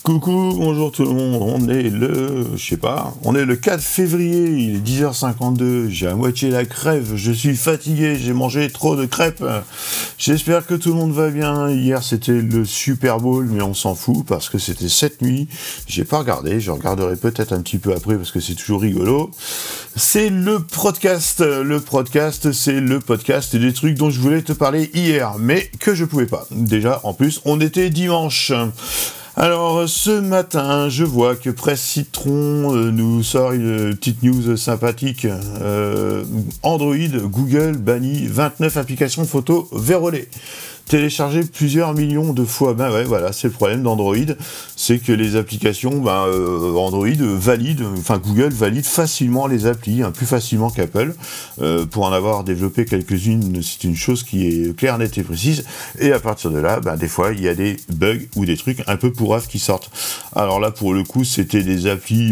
Coucou, bonjour tout le monde, on est le 4 février, il est 10h52, j'ai à moitié la crève, je suis fatigué, j'ai mangé trop de crêpes, j'espère que tout le monde va bien. Hier c'était le Super Bowl, mais on s'en fout parce que c'était cette nuit, j'ai pas regardé, je regarderai peut-être un petit peu après parce que c'est toujours rigolo. C'est le podcast c'est le podcast des trucs dont je voulais te parler hier, mais que je pouvais pas. Déjà, en plus, on était dimanche. Alors, ce matin, je vois que Presse Citron nous sort une petite news sympathique. Android, Google bannit 29 applications photo vérolées. Télécharger plusieurs millions de fois. Ben ouais, voilà, c'est le problème d'Android, c'est que les applications, Android valide, Google valide facilement les applis, plus facilement qu'Apple. Pour en avoir développé quelques-unes, c'est une chose qui est claire, nette et précise. Et à partir de là, des fois, il y a des bugs ou des trucs un peu pourraves qui sortent. Alors là, pour le coup, c'était des applis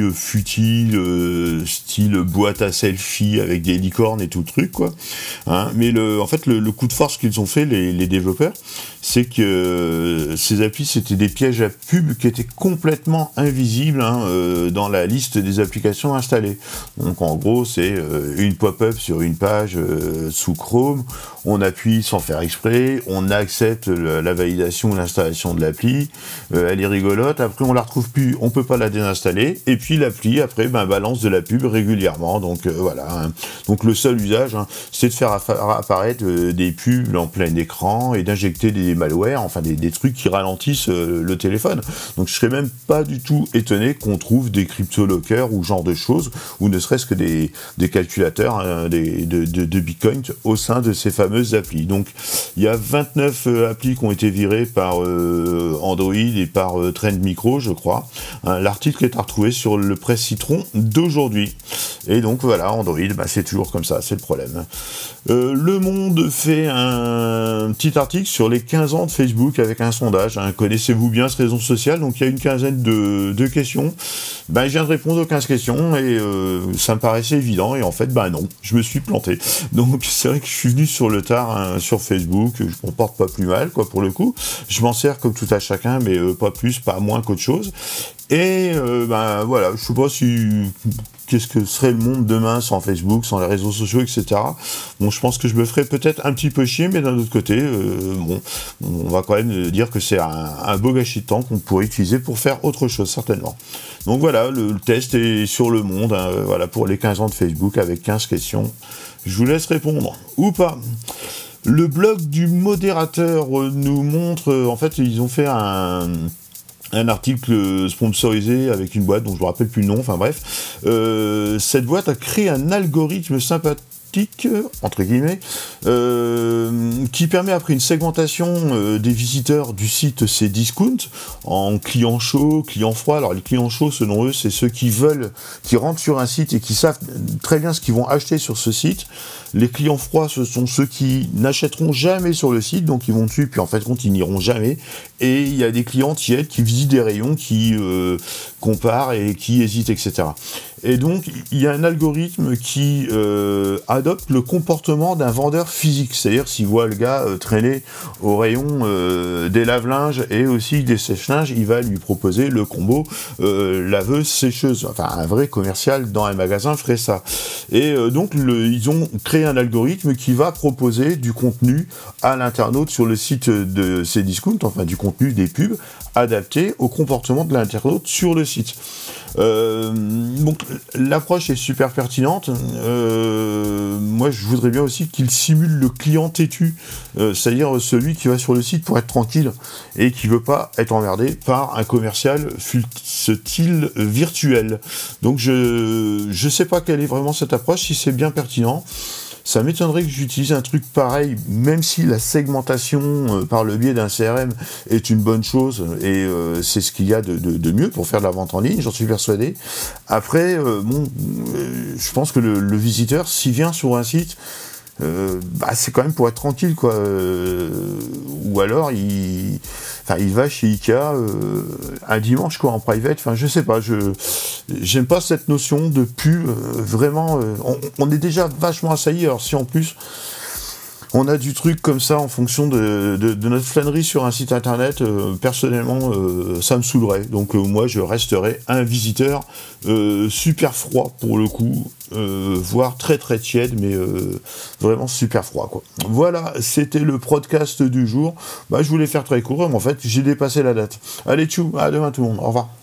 futiles, style boîte à selfie avec des licornes et tout le truc, quoi. Mais le coup de force qu'ils ont fait, les développeurs, c'est que ces applis, c'était des pièges à pub qui étaient complètement invisibles dans la liste des applications installées. Donc en gros, c'est une pop-up sur une page sous Chrome, on appuie sans faire exprès, on accepte la validation ou l'installation de l'appli, elle est rigolote, après on la retrouve plus, on peut pas la désinstaller, et puis l'appli après balance de la pub régulièrement, donc voilà. Donc le seul usage, c'est de faire apparaître des pubs en plein écran et d'injecter des malwares, des trucs qui ralentissent le téléphone. Donc je serais même pas du tout étonné qu'on trouve des crypto-lockers ou genre de choses, ou ne serait-ce que des calculateurs de Bitcoin au sein de ces fameuses applis. Donc il y a 29 applis qui ont été virées par Android et par Trend Micro, je crois. L'article est à retrouver sur le Presse Citron d'aujourd'hui. Et donc voilà, Android, c'est toujours comme ça, c'est le problème. Le Monde fait un petit article sur les 15 ans de Facebook avec un sondage. Connaissez-vous bien ce réseau social? Donc il y a une quinzaine de questions. Je viens de répondre aux 15 questions et ça me paraissait évident. Et en fait, non, je me suis planté. Donc c'est vrai que je suis venu sur le tard sur Facebook. Je m'en porte pas plus mal, quoi, pour le coup. Je m'en sers comme tout à chacun, mais pas plus, pas moins qu'autre chose. Et voilà, je sais pas qu'est-ce que serait le monde demain sans Facebook, sans les réseaux sociaux, etc. Bon, je pense que je me ferais peut-être un petit peu chier, mais d'un autre côté, on va quand même dire que c'est un beau gâchis de temps qu'on pourrait utiliser pour faire autre chose, certainement. Donc voilà, le test est sur Le Monde, voilà, pour les 15 ans de Facebook, avec 15 questions. Je vous laisse répondre, ou pas. Le blog du modérateur nous montre, ils ont fait un article sponsorisé avec une boîte dont je ne me rappelle plus le nom, cette boîte a créé un algorithme sympathique, entre guillemets, qui permet après une segmentation des visiteurs du site Cdiscount en clients chauds, clients froids. Alors les clients chauds, selon eux, c'est ceux qui rentrent sur un site et qui savent très bien ce qu'ils vont acheter sur ce site. Les clients froids, ce sont ceux qui n'achèteront jamais sur le site, donc ils vont dessus, puis en fait, ils n'iront jamais. Et il y a des clients tièdes qui visitent des rayons, qui comparent et qui hésitent, etc. Et donc, il y a un algorithme qui adopte le comportement d'un vendeur physique. C'est-à-dire, s'il voit le gars traîner au rayon des lave-linges et aussi des sèche-linges, il va lui proposer le combo laveuse-sécheuse. Un vrai commercial dans un magasin ferait ça. Et donc, ils ont créé un algorithme qui va proposer du contenu à l'internaute sur le site de Cdiscount, du contenu des pubs, adapté au comportement de l'internaute sur le site. Donc l'approche est super pertinente. Moi je voudrais bien aussi qu'il simule le client têtu, c'est-à-dire celui qui va sur le site pour être tranquille et qui veut pas être emmerdé par un commercial fût-il virtuel. Donc je sais pas quelle est vraiment cette approche, si c'est bien pertinent. Ça m'étonnerait que j'utilise un truc pareil, même si la segmentation par le biais d'un CRM est une bonne chose, et c'est ce qu'il y a de mieux pour faire de la vente en ligne, j'en suis persuadé. Après, je pense que le visiteur, s'il vient sur un site, c'est quand même pour être tranquille, quoi. Ou alors il va chez Ikea un dimanche, quoi, en private. Je sais pas, j'aime pas cette notion de pub. Vraiment, on est déjà vachement assailli. Alors si en plus on a du truc comme ça en fonction de notre flânerie sur un site internet. Personnellement, ça me saoulerait. Donc moi, je resterai un visiteur super froid pour le coup, voire très très tiède, mais vraiment super froid, quoi. Voilà, c'était le podcast du jour. Je voulais faire très court, mais en fait, j'ai dépassé la date. Allez, tchou, à demain tout le monde. Au revoir.